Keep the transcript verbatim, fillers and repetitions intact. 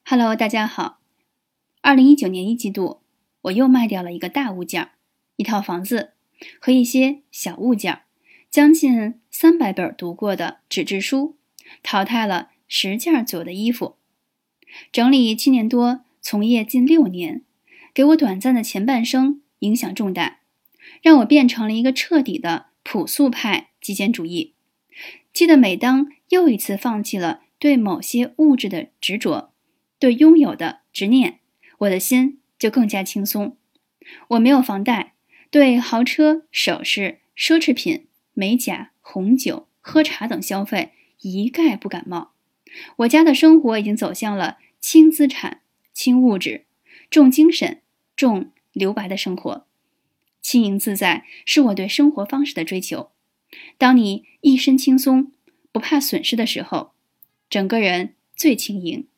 Hello，大家好。二零一九年一季度，我又卖掉了一个大物件，一套房子和一些小物件，将近三百本读过的纸质书，淘汰了十件左右的衣服。整理七年多，从业近六年，给我短暂的前半生影响重大，让我变成了一个彻底的朴素派极简主义。记得每当又一次放弃了对某些物质的执着，对拥有的执念，我的心就更加轻松。我没有房贷，对豪车、首饰、奢侈品、美甲、红酒、喝茶等消费一概不感冒。我家的生活已经走向了轻资产、轻物质、重精神、重留白的生活。轻盈自在是我对生活方式的追求。当你一身轻松，不怕损失的时候，整个人最轻盈。